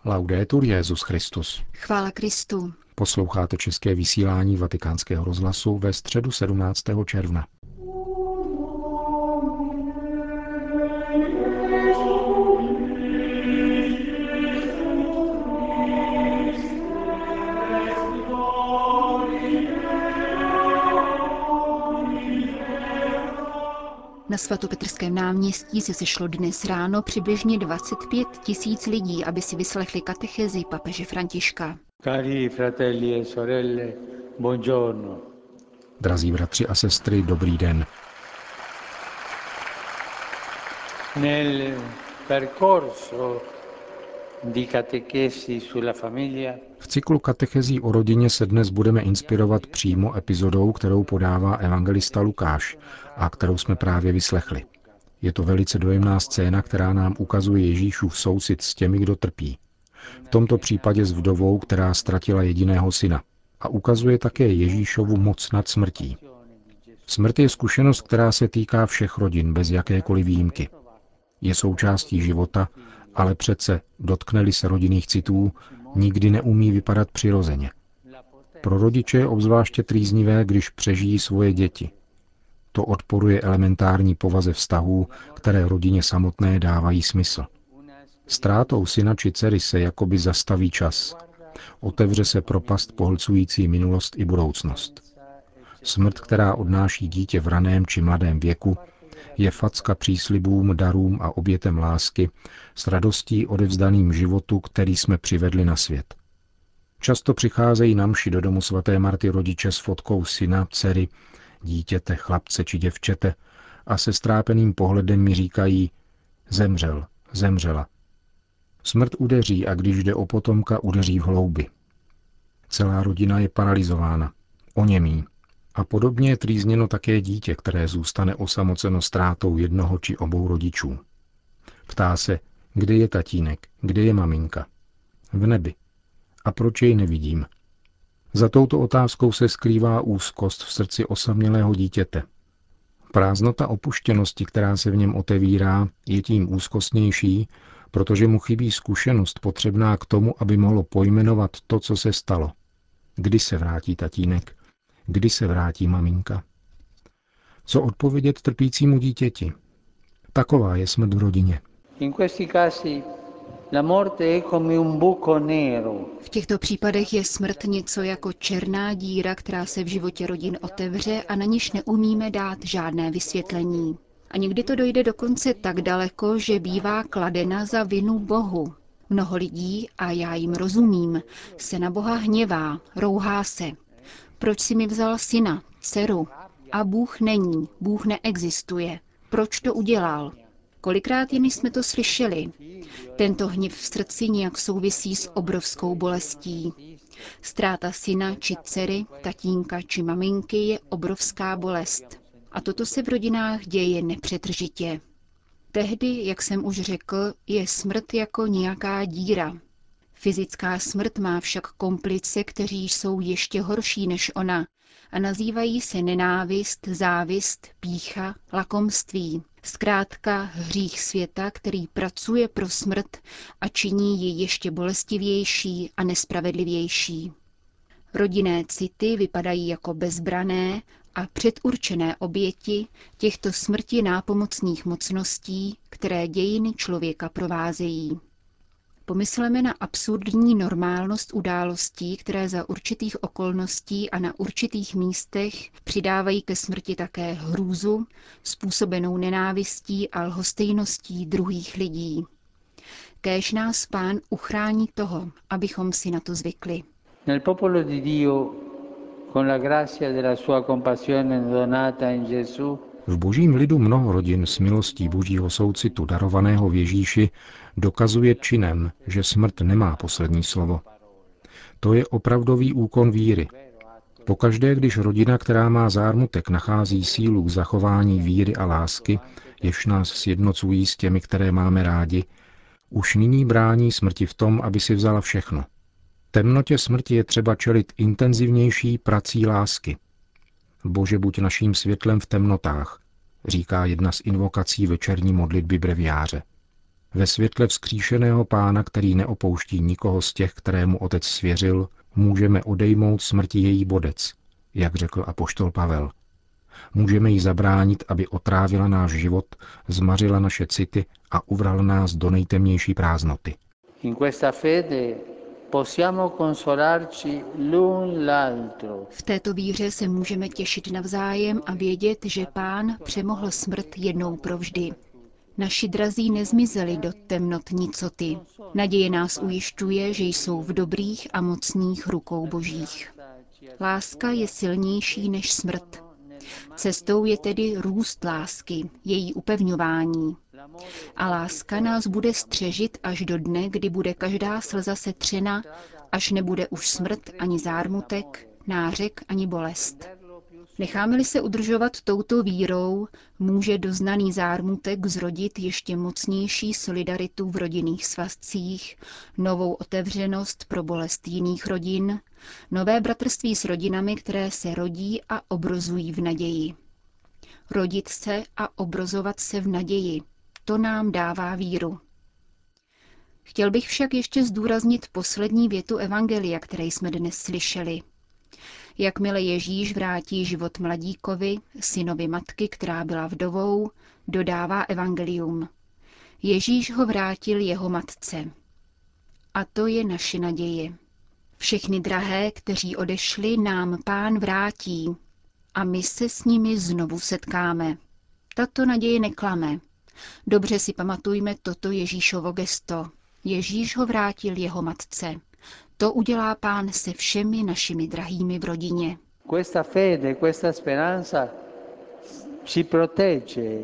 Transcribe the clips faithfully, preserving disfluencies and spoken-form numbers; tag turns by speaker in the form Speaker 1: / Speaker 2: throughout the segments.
Speaker 1: Laudetur Jesus Christus.
Speaker 2: Chvála Kristu.
Speaker 1: Posloucháte české vysílání Vatikánského rozhlasu ve středu sedmnáctého června.
Speaker 2: Na svatopetrském náměstí se sešlo dnes ráno přibližně dvacet pět tisíc lidí, aby si vyslechli katechezi papeže Františka.
Speaker 3: Cari fratelli e sorelle, buongiorno.
Speaker 1: Drazí bratři a sestry, dobrý den.
Speaker 3: Nel percorso di catechesi sulla famiglia
Speaker 1: V cyklu katechezí o rodině se dnes budeme inspirovat přímo epizodou, kterou podává evangelista Lukáš a kterou jsme právě vyslechli. Je to velice dojemná scéna, která nám ukazuje Ježíšův soucit s těmi, kdo trpí. V tomto případě s vdovou, která ztratila jediného syna. A ukazuje také Ježíšovu moc nad smrtí. Smrt je zkušenost, která se týká všech rodin, bez jakékoliv výjimky. Je součástí života, ale přece, dotkne-li se rodinných citů, nikdy neumí vypadat přirozeně. Pro rodiče je obzvláště trýznivé, když přežijí svoje děti. To odporuje elementární povaze vztahů, které rodině samotné dávají smysl. Ztrátou syna či dcery se jakoby zastaví čas. Otevře se propast pohlcující minulost i budoucnost. Smrt, která odnáší dítě v raném či mladém věku, je facka příslibům, darům a obětem lásky s radostí odevzdaným životu, který jsme přivedli na svět. Často přicházejí na mši do domu svaté Marty rodiče s fotkou syna, dcery, dítěte, chlapce či děvčete a se strápeným pohledem mi říkají: zemřel, zemřela. Smrt udeří a když jde o potomka, udeří v hloubi. Celá rodina je paralyzována, oněmí. A podobně je trýzněno také dítě, které zůstane osamoceno ztrátou jednoho či obou rodičů. Ptá se, kde je tatínek, kde je maminka? V nebi. A proč jej nevidím? Za touto otázkou se skrývá úzkost v srdci osamělého dítěte. Prázdnota opuštěnosti, která se v něm otevírá, je tím úzkostnější, protože mu chybí zkušenost potřebná k tomu, aby mohlo pojmenovat to, co se stalo. Kdy se vrátí tatínek? Kdy se vrátí maminka? Co odpovědět trpícímu dítěti? Taková je smrt v rodině.
Speaker 2: V těchto případech je smrt něco jako černá díra, která se v životě rodin otevře a na níž neumíme dát žádné vysvětlení. A někdy to dojde dokonce tak daleko, že bývá kladena za vinu Bohu. Mnoho lidí, a já jim rozumím, se na Boha hněvá, rouhá se. Proč si mi vzal syna, dceru? A Bůh není, Bůh neexistuje. Proč to udělal? Kolikrát jen jsme to slyšeli. Tento hněv v srdci nějak souvisí s obrovskou bolestí. Ztráta syna či dcery, tatínka či maminky je obrovská bolest. A toto se v rodinách děje nepřetržitě. Tehdy, jak jsem už řekl, je smrt jako nějaká díra. Fyzická smrt má však komplice, kteří jsou ještě horší než ona a nazývají se nenávist, závist, pýcha, lakomství. Zkrátka hřích světa, který pracuje pro smrt a činí ji ještě bolestivější a nespravedlivější. Rodinné city vypadají jako bezbrané a předurčené oběti těchto smrti nápomocných mocností, které dějiny člověka provázejí. Pomysleme na absurdní normálnost událostí, které za určitých okolností a na určitých místech přidávají ke smrti také hrůzu, způsobenou nenávistí a lhostejností druhých lidí. Kéž nás Pán uchrání toho, abychom si na to zvykli.
Speaker 3: Nel popolo di Dio, con la grazia della sua compassione donata in Gesù,
Speaker 1: v božím lidu mnoho rodin s milostí božího soucitu darovaného v Ježíši dokazuje činem, že smrt nemá poslední slovo. To je opravdový úkon víry. Pokaždé, když rodina, která má zármutek, nachází sílu k zachování víry a lásky, jež nás sjednocují s těmi, které máme rádi, už nyní brání smrti v tom, aby si vzala všechno. Temnotě smrti je třeba čelit intenzivnější prací lásky. Bože, buď naším světlem v temnotách, říká jedna z invokací večerní modlitby breviáře. Ve světle vzkříšeného Pána, který neopouští nikoho z těch, kterému Otec svěřil, můžeme odejmout smrti její bodec, jak řekl apoštol Pavel. Můžeme jí zabránit, aby otrávila náš život, zmařila naše city a uvrhla nás do nejtemnější prázdnoty.
Speaker 3: In questa fede possiamo consolarci l'un l'altro.
Speaker 2: V této víře se můžeme těšit navzájem a vědět, že Pán přemohl smrt jednou provždy. Naši drazí nezmizeli do temnot nicoty. Naděje nás ujišťuje, že jsou v dobrých a mocných rukou Božích. Láska je silnější než smrt. Cestou je tedy růst lásky, její upevňování. A láska nás bude střežit až do dne, kdy bude každá slza setřena, až nebude už smrt ani zármutek, nářek ani bolest. Necháme-li se udržovat touto vírou, může doznaný zármutek zrodit ještě mocnější solidaritu v rodinných svazcích, novou otevřenost pro bolest jiných rodin, nové bratrství s rodinami, které se rodí a obrozují v naději. Rodit se a obrozovat se v naději, to nám dává víru. Chtěl bych však ještě zdůraznit poslední větu evangelia, které jsme dnes slyšeli. Jakmile Ježíš vrátí život mladíkovi, synovi matky, která byla vdovou, dodává evangelium. Ježíš ho vrátil jeho matce. A to je naše naděje. Všechny drahé, kteří odešli, nám Pán vrátí a my se s nimi znovu setkáme. Tato naděje neklame. Dobře si pamatujme toto Ježíšovo gesto. Ježíš ho vrátil jeho matce. To udělá Pán se všemi našimi drahými v rodině.
Speaker 3: Questa fede, questa speranza ci protegge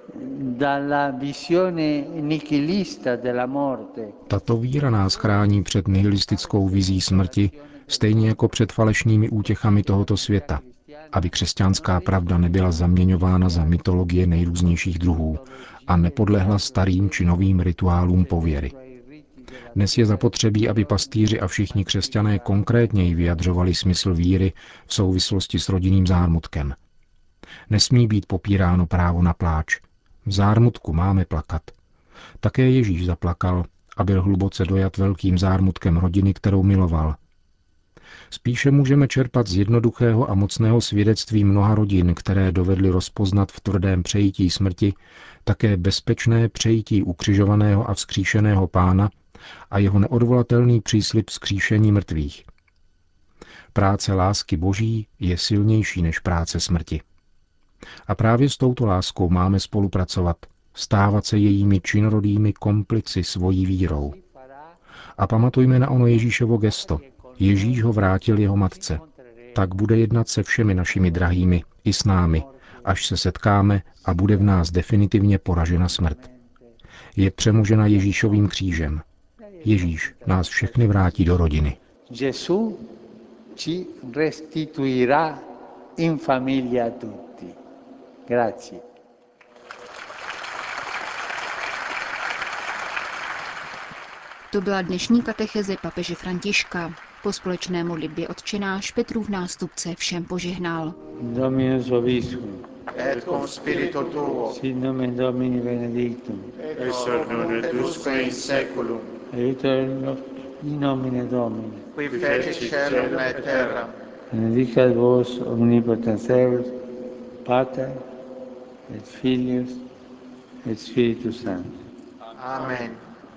Speaker 3: dalla visione nihilista della morte.
Speaker 1: Tato víra nás chrání před nihilistickou vizí smrti, stejně jako před falešnými útěchami tohoto světa, aby křesťanská pravda nebyla zaměňována za mytologie nejrůznějších druhů a nepodlehla starým či novým rituálům pověry. Dnes je zapotřebí, aby pastýři a všichni křesťané konkrétněji vyjadřovali smysl víry v souvislosti s rodinným zármutkem. Nesmí být popíráno právo na pláč. V zármutku máme plakat. Také Ježíš zaplakal a byl hluboce dojat velkým zármutkem rodiny, kterou miloval. Spíše můžeme čerpat z jednoduchého a mocného svědectví mnoha rodin, které dovedly rozpoznat v tvrdém přejití smrti také bezpečné přejití ukřižovaného a vzkříšeného Pána a jeho neodvolatelný příslib vzkříšení mrtvých. Práce lásky Boží je silnější než práce smrti. A právě s touto láskou máme spolupracovat, stávat se jejími činorodými komplici svojí vírou. A pamatujme na ono Ježíšovo gesto. Ježíš ho vrátil jeho matce. Tak bude jednat se všemi našimi drahými, i s námi, až se setkáme a bude v nás definitivně poražena smrt. Je přemožena Ježíšovým křížem. Ježíš nás všechny vrátí do rodiny.
Speaker 3: Gesù ci restituirà in famiglia tutti. Grazie.
Speaker 2: To byla dnešní katecheze papeže Františka. Po společné modlitbě Otčenáš Petrův nástupce všem požehnal.
Speaker 3: Dominus vobiscum.
Speaker 4: Et cum spiritu tuo,
Speaker 3: Sit nomen Domini benedictum.
Speaker 4: ex hoc nunc et usque in saeculum,
Speaker 3: Aiuterium in nomine Domini.
Speaker 4: qui fecit caelum et terram,
Speaker 3: Benedicat vos omnipotens Deus, Pater et Filius et Spiritus Sanctus.
Speaker 4: Amen.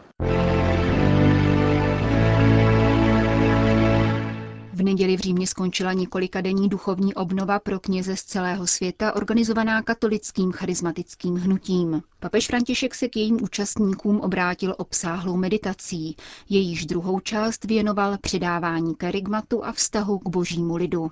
Speaker 2: V neděli v Římě skončila několikadenní duchovní obnova pro kněze z celého světa, organizovaná katolickým charismatickým hnutím. Papež František se k jejím účastníkům obrátil obsáhlou meditací, jejíž druhou část věnoval předávání kerygmatu a vztahu k božímu lidu.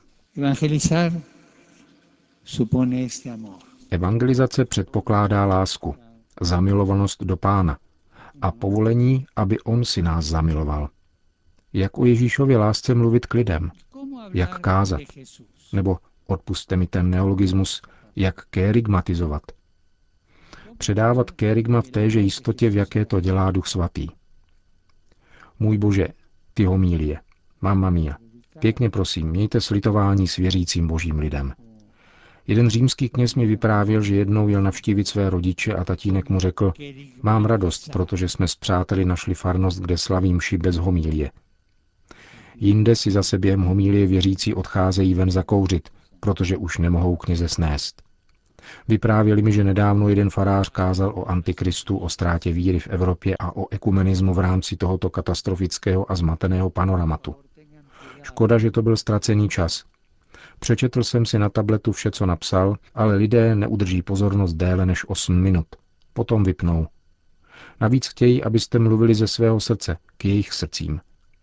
Speaker 1: Evangelizace předpokládá lásku, zamilovanost do Pána a povolení, aby on si nás zamiloval. Jak o Ježíšově lásce mluvit k lidem, jak kázat, nebo, odpusťte mi ten neologismus, jak kérigmatizovat. Předávat kérigma v téže jistotě, v jaké to dělá Duch Svatý. Můj Bože, ty homílie, Mamma mia, pěkně prosím, mějte slitování s věřícím božím lidem. Jeden římský kněz mi vyprávěl, že jednou jel navštívit své rodiče a tatínek mu řekl: mám radost, protože jsme s přáteli našli farnost, kde slaví mši bez homílie. Jinde si zase během homílie věřící odcházejí ven zakouřit, protože už nemohou kněze snést. Vyprávěli mi, že nedávno jeden farář kázal o antikristu, o ztrátě víry v Evropě a o ekumenismu v rámci tohoto katastrofického a zmateného panoramatu. Škoda, že to byl ztracený čas. Přečetl jsem si na tabletu vše, co napsal, ale lidé neudrží pozornost déle než osm minut. Potom vypnou. Navíc chtějí, abyste mluvili ze svého srdce, k jejich srdcím.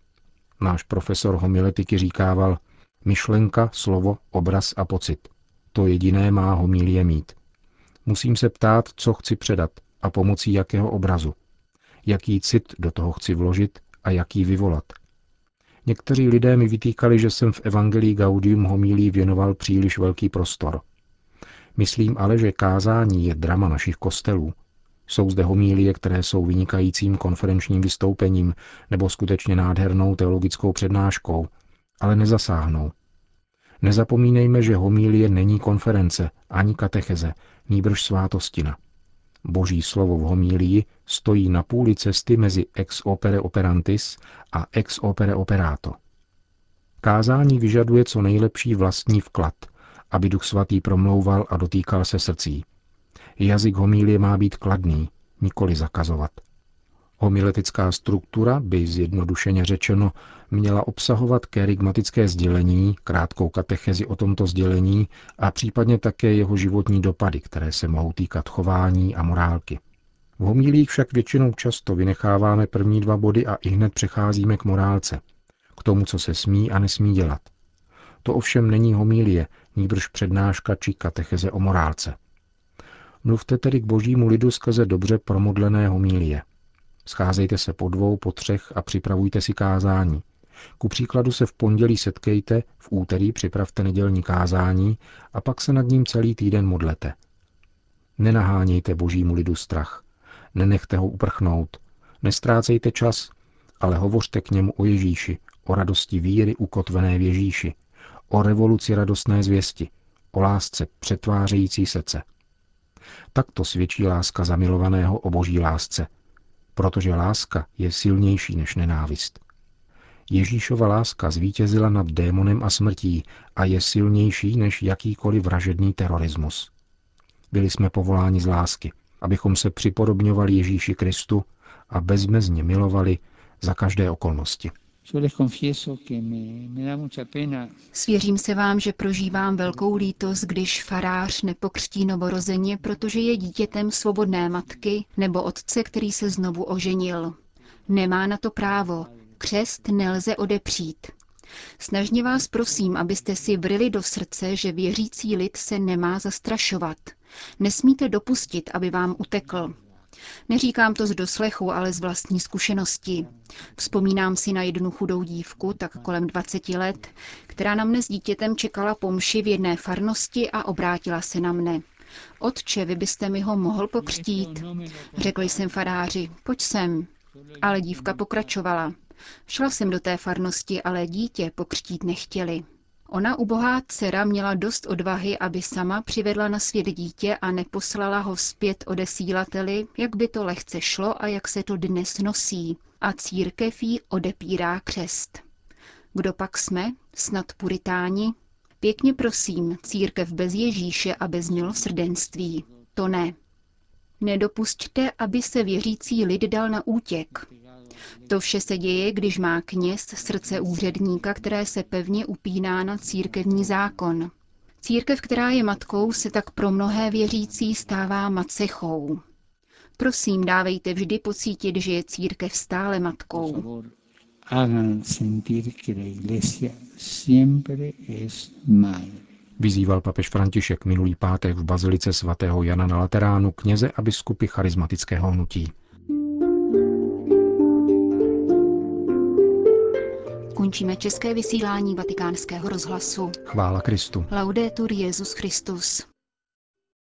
Speaker 1: Náš profesor homiletiky říkával: myšlenka, slovo, obraz a pocit. To jediné má homilie mít. Musím se ptát, co chci předat a pomocí jakého obrazu. Jaký cit do toho chci vložit a jaký vyvolat. Někteří lidé mi vytýkali, že jsem v Evangelii Gaudium homilii věnoval příliš velký prostor. Myslím ale, že kázání je drama našich kostelů. Jsou zde homilie, které jsou vynikajícím konferenčním vystoupením nebo skutečně nádhernou teologickou přednáškou, ale nezasáhnou. Nezapomínejme, že homilie není konference, ani katecheze, nýbrž svátostina. Boží slovo v homilii stojí na půli cesty mezi ex opere operantis a ex opere operato. Kázání vyžaduje co nejlepší vlastní vklad, aby Duch Svatý promlouval a dotýkal se srdcí. Jazyk homilie má být kladný, nikoli zakazovat. Homiletická struktura by, zjednodušeně řečeno, měla obsahovat kerygmatické sdělení, krátkou katechezi o tomto sdělení a případně také jeho životní dopady, které se mohou týkat chování a morálky. V homilích však většinou často vynecháváme první dva body a ihned přecházíme k morálce, k tomu, co se smí a nesmí dělat. To ovšem není homilie, nýbrž přednáška či katecheze o morálce. Mluvte tedy k božímu lidu skrze dobře promodlené homilie. Scházejte se po dvou, po třech a připravujte si kázání. Ku příkladu se v pondělí setkejte, v úterý připravte nedělní kázání a pak se nad ním celý týden modlete. Nenahánějte božímu lidu strach. Nenechte ho uprchnout. Nestrácejte čas, ale hovořte k němu o Ježíši, o radosti víry ukotvené v Ježíši, o revoluci radostné zvěsti, o lásce přetvářející srdce. Takto svědčí láska zamilovaného o boží lásce, protože láska je silnější než nenávist. Ježíšova láska zvítězila nad démonem a smrtí a je silnější než jakýkoliv vražedný terorismus. Byli jsme povoláni z lásky, abychom se připodobňovali Ježíši Kristu a bezmezně milovali za každé okolnosti.
Speaker 2: Svěřím se vám, že prožívám velkou lítost, když farář nepokřtí novorozeně, protože je dítětem svobodné matky nebo otce, který se znovu oženil. Nemá na to právo. Křest nelze odepřít. Snažně vás prosím, abyste si vrili do srdce, že věřící lid se nemá zastrašovat. Nesmíte dopustit, aby vám utekl. Neříkám to z doslechu, ale z vlastní zkušenosti. Vzpomínám si na jednu chudou dívku, tak kolem dvaceti let, která na mne s dítětem čekala po mši v jedné farnosti a obrátila se na mne. Otče, vy byste mi ho mohl pokřtít? Řekl jsem faráři, pojď sem. Ale dívka pokračovala. Šla jsem do té farnosti, ale dítě pokřtít nechtěli. Ona, ubohá dcera, měla dost odvahy, aby sama přivedla na svět dítě a neposlala ho zpět odesílateli, jak by to lehce šlo a jak se to dnes nosí. A církev jí odepírá křest. Kdo pak jsme? Snad puritáni? Pěkně prosím, církev bez Ježíše a bez milosrdenství. To ne. Nedopusťte, aby se věřící lid dal na útěk. To vše se děje, když má kněz srdce úředníka, které se pevně upíná na církevní zákon. Církev, která je matkou, se tak pro mnohé věřící stává macechou. Prosím, dávejte vždy pocítit, že je církev stále matkou.
Speaker 1: Vyzýval papež František minulý pátek v bazilice svatého Jana na Lateránu kněze a biskupy charismatického hnutí.
Speaker 2: Končíme české vysílání Vatikánského rozhlasu.
Speaker 1: Chvála Kristu.
Speaker 2: Laudetur Jesus Christus.